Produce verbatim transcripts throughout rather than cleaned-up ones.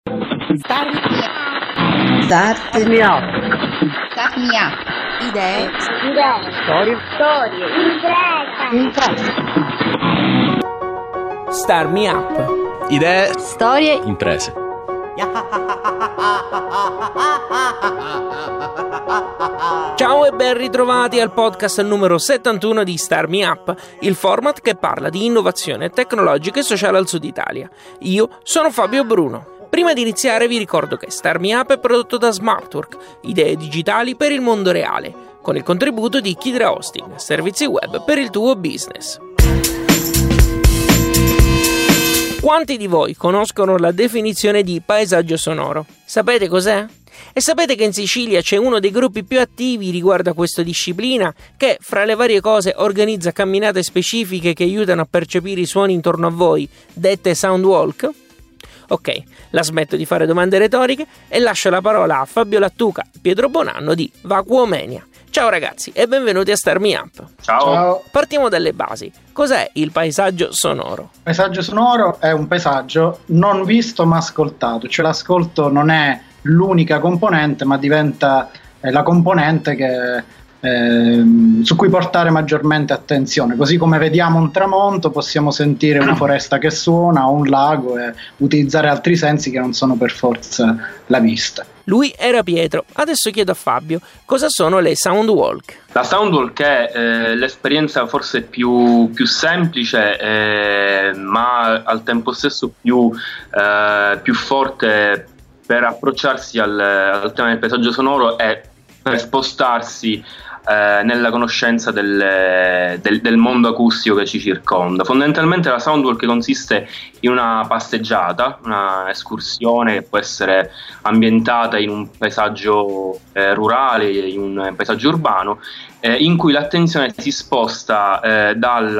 Start Start me up. Start me up. Idee. Idee. Storie. Storie. Imprese. Start me up. Idee. Storie. Imprese. Ciao e ben ritrovati al podcast numero settantuno di Start Me Up, il format che parla di innovazione tecnologica e sociale al Sud Italia. Io sono Fabio Bruno. Prima di iniziare vi ricordo che Start Me Up è prodotto da Smartwork, idee digitali per il mondo reale, con il contributo di Kidra Hosting, servizi web per il tuo business. Quanti di voi conoscono la definizione di paesaggio sonoro? Sapete cos'è? E sapete che in Sicilia c'è uno dei gruppi più attivi riguardo a questa disciplina che, fra le varie cose, organizza camminate specifiche che aiutano a percepire i suoni intorno a voi, dette Soundwalk? Ok, la smetto di fare domande retoriche e lascio la parola a Fabio Lattuca e Pietro Bonanno di Vacuomania. Ciao ragazzi e benvenuti a Start Me Up. Ciao. Ciao. Partiamo dalle basi. Cos'è il paesaggio sonoro? Il paesaggio sonoro è un paesaggio non visto ma ascoltato, cioè l'ascolto non è l'unica componente ma diventa eh, la componente che, eh, su cui portare maggiormente attenzione. Così come vediamo un tramonto possiamo sentire una foresta che suona o un lago e utilizzare altri sensi che non sono per forza la vista. Lui era Pietro, adesso chiedo a Fabio cosa sono le Soundwalk. La Soundwalk è eh, l'esperienza forse più, più semplice eh, ma al tempo stesso più, eh, più forte per approcciarsi al, al tema del paesaggio sonoro e per spostarsi eh, nella conoscenza del, del, del mondo acustico che ci circonda. Fondamentalmente la Soundwalk consiste in una passeggiata, una escursione che può essere ambientata in un paesaggio eh, rurale, in un paesaggio urbano, eh, in cui l'attenzione si sposta eh,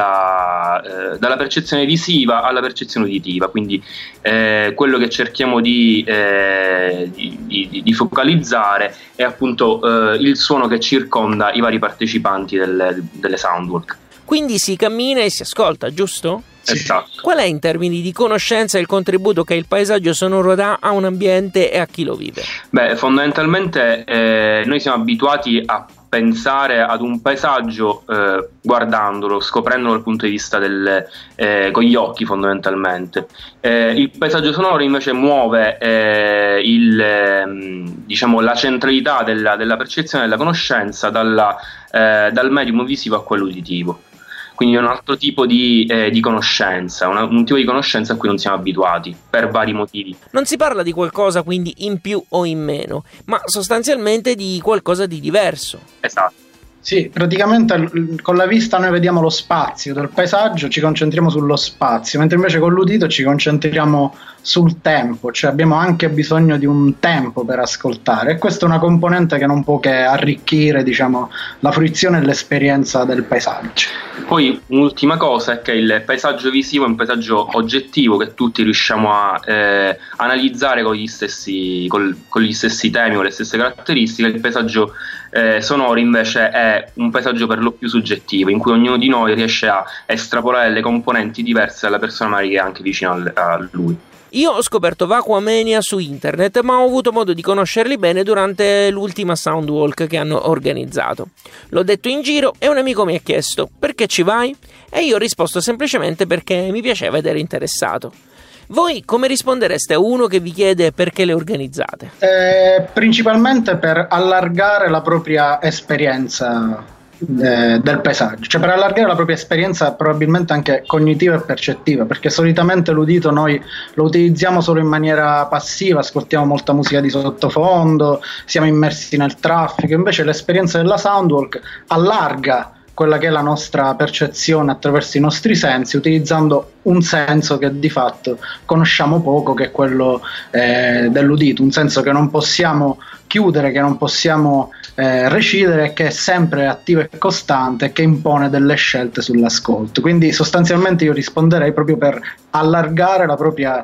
dalla, eh, dalla percezione visiva alla percezione uditiva, quindi eh, quello che cerchiamo di, eh, di, di, di focalizzare è appunto eh, il suono che circonda i vari partecipanti delle, delle Soundwalk. Quindi si cammina e si ascolta, giusto? Esatto. Qual è in termini di conoscenza il contributo che il paesaggio sonoro dà a un ambiente e a chi lo vive? Beh, fondamentalmente eh, noi siamo abituati a pensare ad un paesaggio eh, guardandolo, scoprendolo dal punto di vista del, eh, con gli occhi fondamentalmente. Eh, il paesaggio sonoro invece muove eh, il, eh, diciamo, la centralità della, della percezione e della conoscenza dalla, eh, dal medium visivo a quello uditivo. Quindi è un altro tipo di, eh, di conoscenza, una, un tipo di conoscenza a cui non siamo abituati, per vari motivi. Non si parla di qualcosa quindi in più o in meno, ma sostanzialmente di qualcosa di diverso. Esatto. Sì, praticamente con la vista noi vediamo lo spazio del paesaggio, ci concentriamo sullo spazio, mentre invece con l'udito ci concentriamo sul tempo, cioè abbiamo anche bisogno di un tempo per ascoltare e questa è una componente che non può che arricchire, diciamo, la fruizione e l'esperienza del paesaggio. Poi un'ultima cosa è che il paesaggio visivo è un paesaggio oggettivo che tutti riusciamo a eh, analizzare con gli stessi, col, con gli stessi temi, con le stesse caratteristiche. Il paesaggio eh, sonoro invece è un paesaggio per lo più soggettivo, in cui ognuno di noi riesce a estrapolare le componenti diverse dalla persona magari che è anche vicino al, a lui. Io ho scoperto Vacuomania su internet, ma ho avuto modo di conoscerli bene durante l'ultima Soundwalk che hanno organizzato. L'ho detto in giro e un amico mi ha chiesto: perché ci vai? E io ho risposto semplicemente perché mi piaceva ed ero interessato. Voi come rispondereste a uno che vi chiede perché le organizzate? Eh, principalmente per allargare la propria esperienza Eh, del paesaggio, cioè per allargare la propria esperienza probabilmente anche cognitiva e percettiva, perché solitamente l'udito noi lo utilizziamo solo in maniera passiva, ascoltiamo molta musica di sottofondo, siamo immersi nel traffico, invece l'esperienza della Soundwalk allarga quella che è la nostra percezione attraverso i nostri sensi, utilizzando un senso che di fatto conosciamo poco, che è quello eh, dell'udito, un senso che non possiamo chiudere, che non possiamo eh, recidere, che è sempre attivo e costante e che impone delle scelte sull'ascolto. Quindi sostanzialmente io risponderei proprio per allargare la propria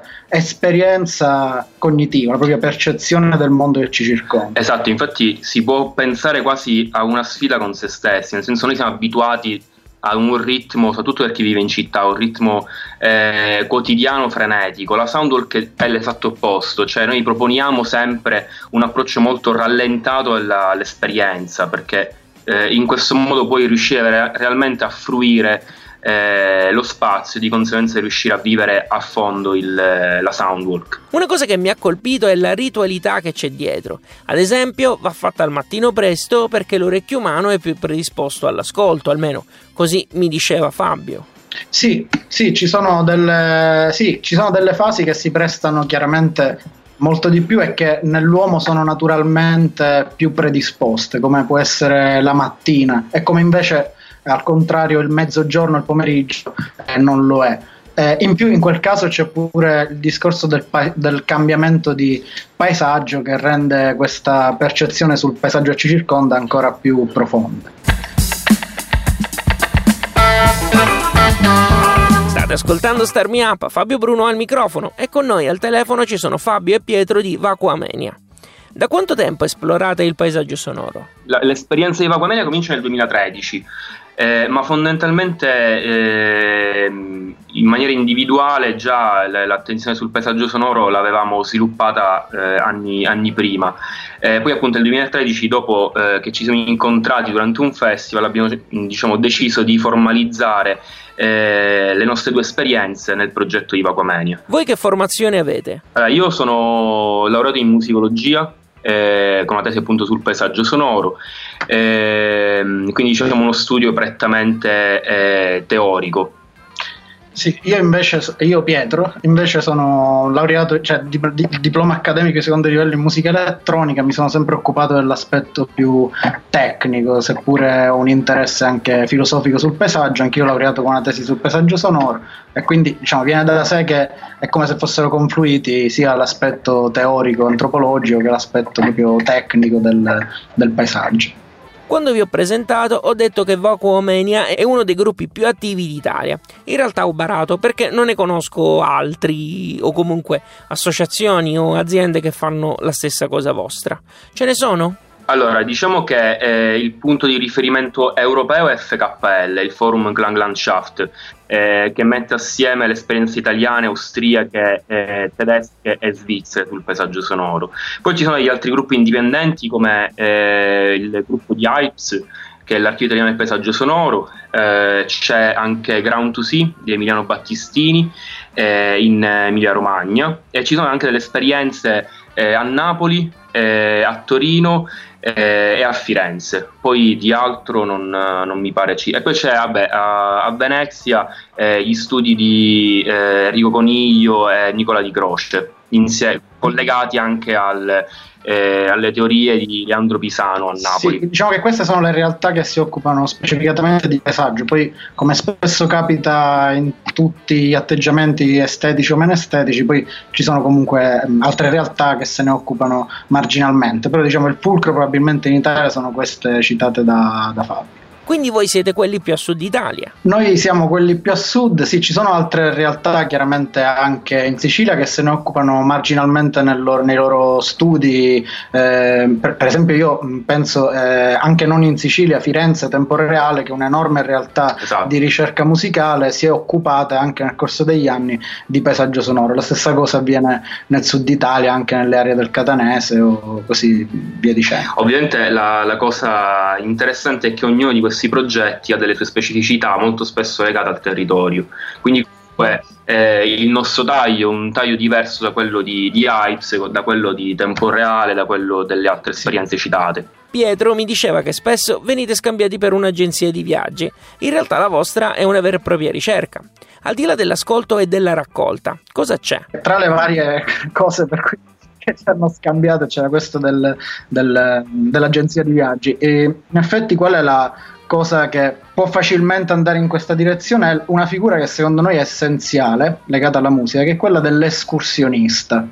esperienza cognitiva, la propria percezione del mondo che ci circonda. Esatto, infatti si può pensare quasi a una sfida con se stessi, nel senso noi siamo abituati ha un ritmo, soprattutto per chi vive in città, un ritmo eh, quotidiano frenetico. La Soundwalk è l'esatto opposto, cioè noi proponiamo sempre un approccio molto rallentato alla, all'esperienza, perché eh, in questo modo puoi riuscire re- realmente a fruire eh, lo spazio e di conseguenza riuscire a vivere a fondo il, la Soundwalk. Una cosa che mi ha colpito è la ritualità che c'è dietro. Ad esempio, va fatta al mattino presto perché l'orecchio umano è più predisposto all'ascolto, almeno così mi diceva Fabio. Sì, sì, ci sono delle, sì, ci sono delle fasi che si prestano chiaramente molto di più e che nell'uomo sono naturalmente più predisposte, come può essere la mattina, e come invece al contrario il mezzogiorno, il pomeriggio eh, non lo è. Eh, in più in quel caso c'è pure il discorso del, pa- del cambiamento di paesaggio che rende questa percezione sul paesaggio che ci circonda ancora più profonda. State ascoltando Start Me Up, Fabio Bruno al microfono e con noi al telefono ci sono Fabio e Pietro di Vacuamenia. Da quanto tempo esplorate il paesaggio sonoro? La, l'esperienza di Vacuamenia comincia nel duemilatredici, eh, ma fondamentalmente eh, in maniera individuale già l'attenzione sul paesaggio sonoro l'avevamo sviluppata eh, anni, anni prima. Eh, poi appunto nel duemilatredici, dopo eh, che ci siamo incontrati durante un festival, abbiamo diciamo, deciso di formalizzare eh, le nostre due esperienze nel progetto di Vacuamenia. Voi che formazione avete? Allora, io sono laureato in musicologia, eh, con una tesi appunto sul paesaggio sonoro, eh, quindi diciamo uno studio prettamente eh, teorico. Sì, io invece, io Pietro, invece sono laureato, cioè di, di, diploma accademico di secondo livello in musica elettronica, mi sono sempre occupato dell'aspetto più tecnico, seppure ho un interesse anche filosofico sul paesaggio, anche io ho laureato con una tesi sul paesaggio sonoro e quindi diciamo viene da sé che è come se fossero confluiti sia l'aspetto teorico antropologico che l'aspetto proprio tecnico del, del paesaggio. Quando vi ho presentato ho detto che Vacuamenia è uno dei gruppi più attivi d'Italia. In realtà ho barato perché non ne conosco altri o comunque associazioni o aziende che fanno la stessa cosa vostra. Ce ne sono? Allora, diciamo che eh, il punto di riferimento europeo è F K L, il Forum Klanglandschaft, eh, che mette assieme le esperienze italiane, austriache, eh, tedesche e svizzere sul paesaggio sonoro. Poi ci sono degli altri gruppi indipendenti come eh, il gruppo di A I P S, che è l'Archivio Italiano del Paesaggio Sonoro, eh, c'è anche Ground to Sea di Emiliano Battistini eh, in Emilia Romagna, e ci sono anche delle esperienze eh, a Napoli, eh, a Torino eh, e a Firenze. Poi di altro non, non mi pare ci... E poi c'è vabbè, a, a Venezia eh, gli studi di eh, Enrico Coniglio e Nicola Di Croce, insie- collegati anche al... Eh, alle teorie di Leandro Pisano a Napoli. Sì, diciamo che queste sono le realtà che si occupano specificatamente di paesaggio, poi come spesso capita in tutti gli atteggiamenti estetici o meno estetici, poi ci sono comunque mh, altre realtà che se ne occupano marginalmente, però diciamo il fulcro probabilmente in Italia sono queste citate da, da Fabio. Quindi voi siete quelli più a sud Italia? Noi siamo quelli più a sud, sì, ci sono altre realtà chiaramente anche in Sicilia che se ne occupano marginalmente nel loro, nei loro studi, eh, per, per esempio io penso eh, anche non in Sicilia, Firenze Tempo Reale, che è un'enorme realtà esatto. di ricerca musicale, si è occupata anche nel corso degli anni di paesaggio sonoro. La stessa cosa avviene nel sud Italia, anche nelle aree del Catanese o così via dicendo. Ovviamente la, la cosa interessante è che ognuno di questi questi progetti ha delle sue specificità molto spesso legate al territorio, quindi comunque eh, il nostro taglio è un taglio diverso da quello di, di A I P S, da quello di Tempo Reale, da quello delle altre esperienze citate. Pietro mi diceva che spesso venite scambiati per un'agenzia di viaggi, in realtà la vostra è una vera e propria ricerca. Al di là dell'ascolto e della raccolta, cosa c'è? Tra le varie cose per cui che ci hanno scambiato c'era questo del, del, dell'agenzia di viaggi, e in effetti qual è la cosa che può facilmente andare in questa direzione? È una figura che secondo noi è essenziale legata alla musica, che è quella dell'escursionista,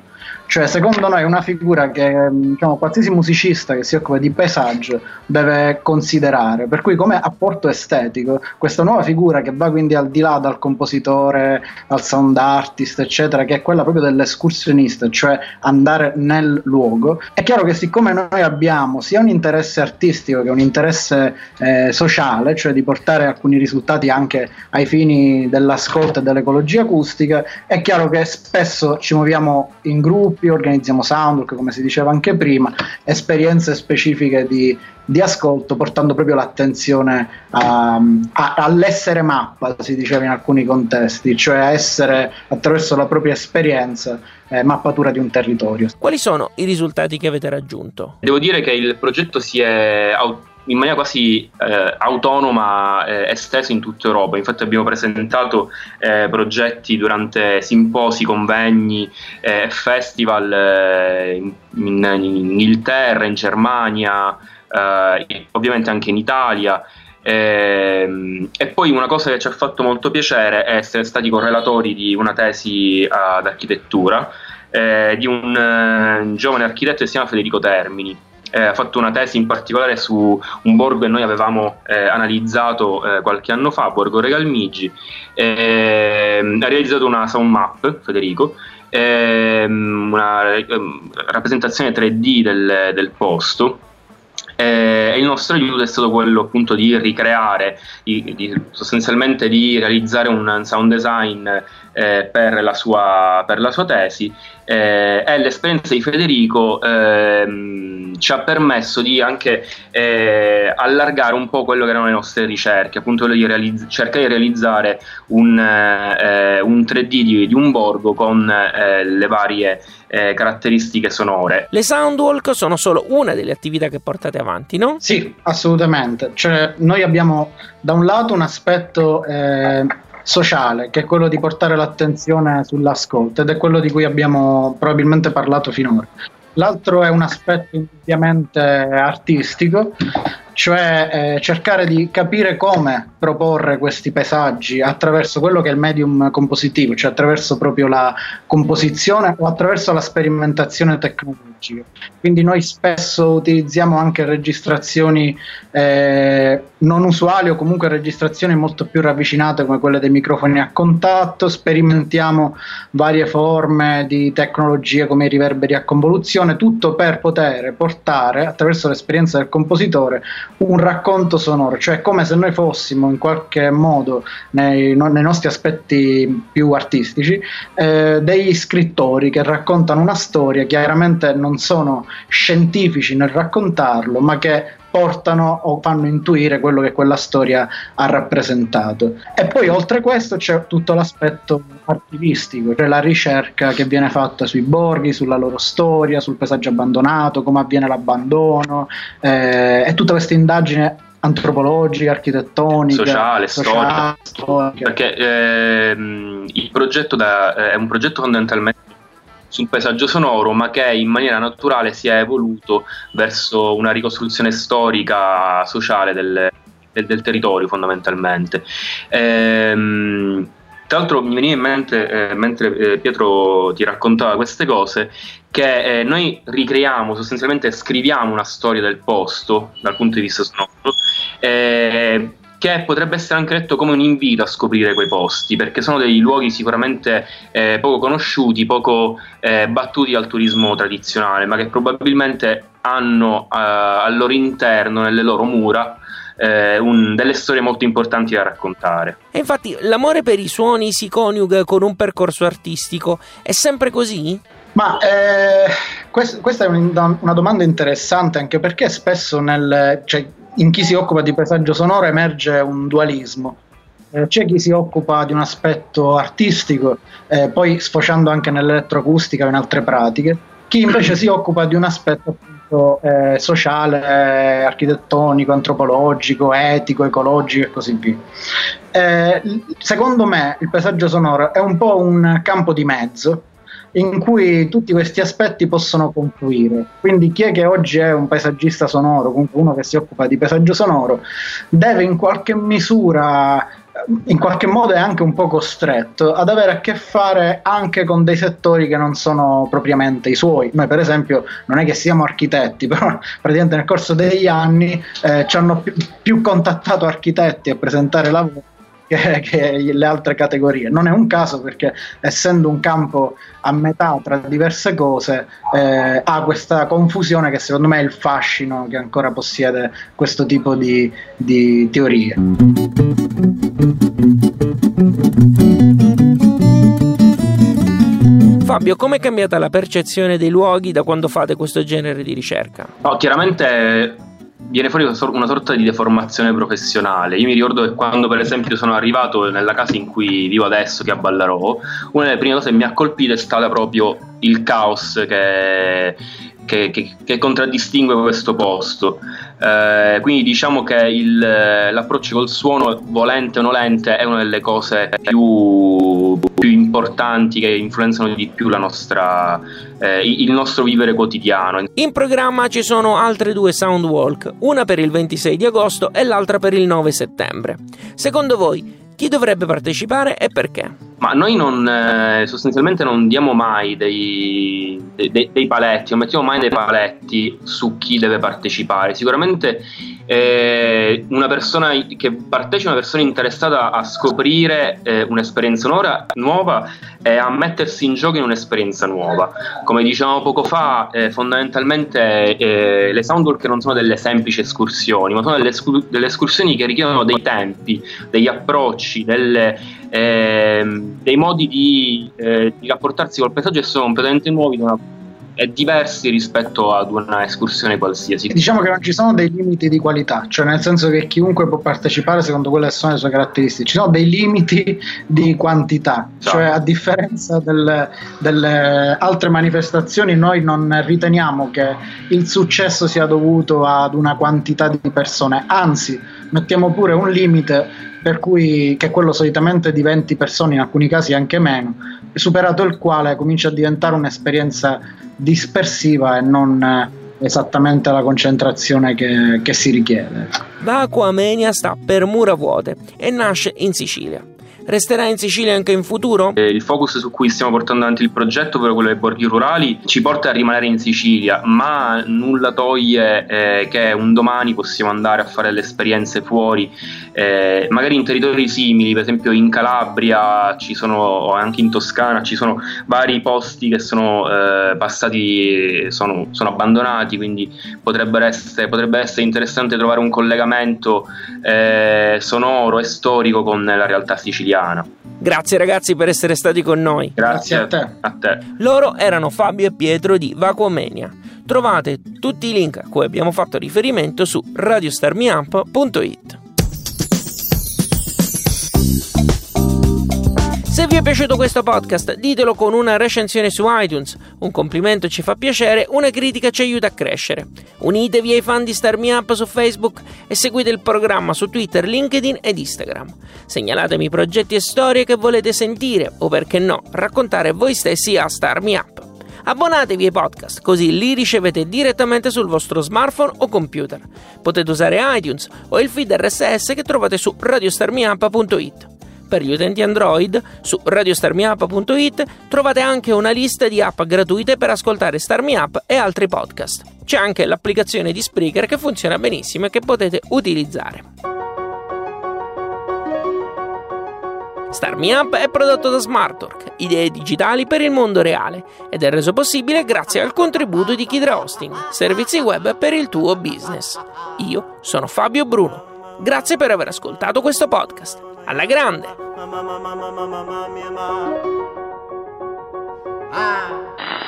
Cioè, secondo noi è una figura che, diciamo, qualsiasi musicista che si occupa di paesaggio deve considerare, per cui come apporto estetico questa nuova figura che va quindi al di là dal compositore, al sound artist eccetera, che è quella proprio dell'escursionista, cioè andare nel luogo. È chiaro che siccome noi abbiamo sia un interesse artistico che un interesse eh, sociale, cioè di portare alcuni risultati anche ai fini dell'ascolto e dell'ecologia acustica, è chiaro che spesso ci muoviamo in gruppi, organizziamo soundwalk, come si diceva anche prima, esperienze specifiche di, di ascolto, portando proprio l'attenzione a, a, all'essere mappa, si diceva in alcuni contesti, cioè a essere attraverso la propria esperienza eh, mappatura di un territorio. Quali sono i risultati che avete raggiunto? Devo dire che il progetto si è in maniera quasi eh, autonoma eh, esteso in tutta Europa. Infatti abbiamo presentato eh, progetti durante simposi, convegni e eh, festival eh, in, in Inghilterra, in Germania, eh, ovviamente anche in Italia. E, e poi una cosa che ci ha fatto molto piacere è essere stati correlatori di una tesi ad architettura eh, di un eh, giovane architetto che si chiama Federico Termini. Eh, ha fatto una tesi in particolare su un borgo che noi avevamo eh, analizzato eh, qualche anno fa, Borgo Regalmigi. Eh, ha realizzato una sound map, Federico, eh, una eh, rappresentazione tre D del, del posto. E il nostro aiuto è stato quello appunto di ricreare, di, di, sostanzialmente di realizzare un sound design eh, per, la sua, per la sua tesi eh, e l'esperienza di Federico eh, ci ha permesso di anche eh, allargare un po' quello che erano le nostre ricerche, appunto quello di realizz- cercare di realizzare un, eh, un tre D di, di un borgo con eh, le varie eh, caratteristiche sonore. Le soundwalk sono solo una delle attività che portate avanti, no? Sì, assolutamente. Cioè, noi abbiamo da un lato un aspetto eh, sociale, che è quello di portare l'attenzione sull'ascolto, ed è quello di cui abbiamo probabilmente parlato finora. L'altro è un aspetto indubbiamente artistico, cioè eh, cercare di capire come proporre questi paesaggi attraverso quello che è il medium compositivo, cioè attraverso proprio la composizione o attraverso la sperimentazione tecnologica. Quindi noi spesso utilizziamo anche registrazioni eh, non usuali o comunque registrazioni molto più ravvicinate come quelle dei microfoni a contatto, sperimentiamo varie forme di tecnologie come i riverberi a convoluzione, tutto per poter portare attraverso l'esperienza del compositore un racconto sonoro, cioè come se noi fossimo in qualche modo nei, no, nei nostri aspetti più artistici eh, degli scrittori che raccontano una storia. Chiaramente non sono scientifici nel raccontarlo, ma che portano o fanno intuire quello che quella storia ha rappresentato. E poi oltre questo c'è tutto l'aspetto archivistico, cioè la ricerca che viene fatta sui borghi, sulla loro storia, sul paesaggio abbandonato, come avviene l'abbandono eh, e tutta questa indagine antropologica, architettonica, sociale, sociale storica, perché ehm, il progetto da, eh, è un progetto fondamentalmente sul paesaggio sonoro, ma che in maniera naturale si è evoluto verso una ricostruzione storica, sociale del, del, del territorio fondamentalmente. Ehm, tra l'altro mi veniva in mente, eh, mentre eh, Pietro ti raccontava queste cose, che eh, noi ricreiamo, sostanzialmente scriviamo una storia del posto dal punto di vista sonoro, eh, che potrebbe essere anche letto come un invito a scoprire quei posti, perché sono dei luoghi sicuramente eh, poco conosciuti, poco eh, battuti al turismo tradizionale, ma che probabilmente hanno eh, al loro interno, nelle loro mura, eh, un, delle storie molto importanti da raccontare. E infatti l'amore per i suoni si coniuga con un percorso artistico, è sempre così? Ma eh, quest- questa è un, una domanda interessante, anche perché spesso nel... Cioè, in chi si occupa di paesaggio sonoro emerge un dualismo. Eh, c'è chi si occupa di un aspetto artistico, eh, poi sfociando anche nell'elettroacustica o in altre pratiche, chi invece si occupa di un aspetto appunto, eh, sociale, eh, architettonico, antropologico, etico, ecologico e così via. Eh, secondo me il paesaggio sonoro è un po' un campo di mezzo in cui tutti questi aspetti possono confluire. Quindi chi è che oggi è un paesaggista sonoro, comunque uno che si occupa di paesaggio sonoro, deve in qualche misura in qualche modo è anche un po' costretto ad avere a che fare anche con dei settori che non sono propriamente i suoi. Noi per esempio non è che siamo architetti, però praticamente nel corso degli anni eh, ci hanno più, più contattato architetti a presentare lavori che, che le altre categorie. Non è un caso, perché essendo un campo a metà tra diverse cose eh, ha questa confusione che secondo me è il fascino che ancora possiede questo tipo di, di teorie. Fabio, com'è cambiata la percezione dei luoghi da quando fate questo genere di ricerca? No, chiaramente viene fuori una sorta di deformazione professionale. Io mi ricordo che quando per esempio sono arrivato nella casa in cui vivo adesso, che è a Ballarò, una delle prime cose che mi ha colpito è stata proprio il caos che, che, che, che contraddistingue questo posto. Eh, quindi diciamo che il, l'approccio col suono, volente o nolente, è una delle cose più, più importanti, che influenzano di più la nostra, eh, il nostro vivere quotidiano. In programma ci sono altre due Soundwalk, una per il ventisei di agosto e l'altra per il nove settembre. Secondo voi chi dovrebbe partecipare e perché? Ma noi non, eh, sostanzialmente non diamo mai dei, dei, dei paletti, non mettiamo mai dei paletti su chi deve partecipare. Sicuramente eh, una persona che partecipa, una persona interessata a scoprire eh, un'esperienza nuova, nuova e a mettersi in gioco in un'esperienza nuova. Come dicevamo poco fa, eh, fondamentalmente eh, le Soundwalk non sono delle semplici escursioni, ma sono delle, escur- delle escursioni che richiedono dei tempi, degli approcci, delle... Eh, dei modi di, eh, di rapportarsi col paesaggio che sono completamente nuovi e diversi rispetto ad una escursione qualsiasi. Diciamo che non ci sono dei limiti di qualità, cioè nel senso che chiunque può partecipare secondo quelle che sono le sue caratteristiche. Ci sono dei limiti di quantità, sì. Cioè a differenza delle, delle altre manifestazioni noi non riteniamo che il successo sia dovuto ad una quantità di persone, anzi mettiamo pure un limite per cui, che è quello solitamente di venti persone, in alcuni casi anche meno, superato il quale comincia a diventare un'esperienza dispersiva e non esattamente la concentrazione che, che si richiede. Vacuamenia sta per Mura Vuote e nasce in Sicilia. Resterà in Sicilia anche in futuro? Eh, il focus su cui stiamo portando avanti il progetto, ovvero quello dei borghi rurali, ci porta a rimanere in Sicilia, ma nulla toglie eh, che un domani possiamo andare a fare le esperienze fuori, eh, magari in territori simili, per esempio in Calabria ci sono, o anche in Toscana ci sono vari posti che sono eh, passati, sono, sono abbandonati, quindi potrebbe essere, potrebbe essere interessante trovare un collegamento eh, sonoro e storico con la realtà siciliana. Grazie ragazzi per essere stati con noi. Grazie, Grazie a te. a te. Loro erano Fabio e Pietro di Vacuamenia. Trovate tutti i link a cui abbiamo fatto riferimento su radio star me up punto it. Se vi è piaciuto questo podcast, ditelo con una recensione su iTunes, un complimento ci fa piacere, una critica ci aiuta a crescere. Unitevi ai fan di Star Me Up su Facebook e seguite il programma su Twitter, LinkedIn ed Instagram. Segnalatemi progetti e storie che volete sentire o, perché no, raccontare voi stessi a Star Me Up. Abbonatevi ai podcast, così li ricevete direttamente sul vostro smartphone o computer. Potete usare iTunes o il feed R S S che trovate su radio star me up punto it. Per gli utenti Android, su radio star me up punto it trovate anche una lista di app gratuite per ascoltare Star Me Up e altri podcast. C'è anche l'applicazione di Spreaker che funziona benissimo e che potete utilizzare. Star Me Up è prodotto da Smartwork, idee digitali per il mondo reale, ed è reso possibile grazie al contributo di Kidra Hosting, servizi web per il tuo business. Io sono Fabio Bruno. Grazie per aver ascoltato questo podcast. Alla grande! Ah.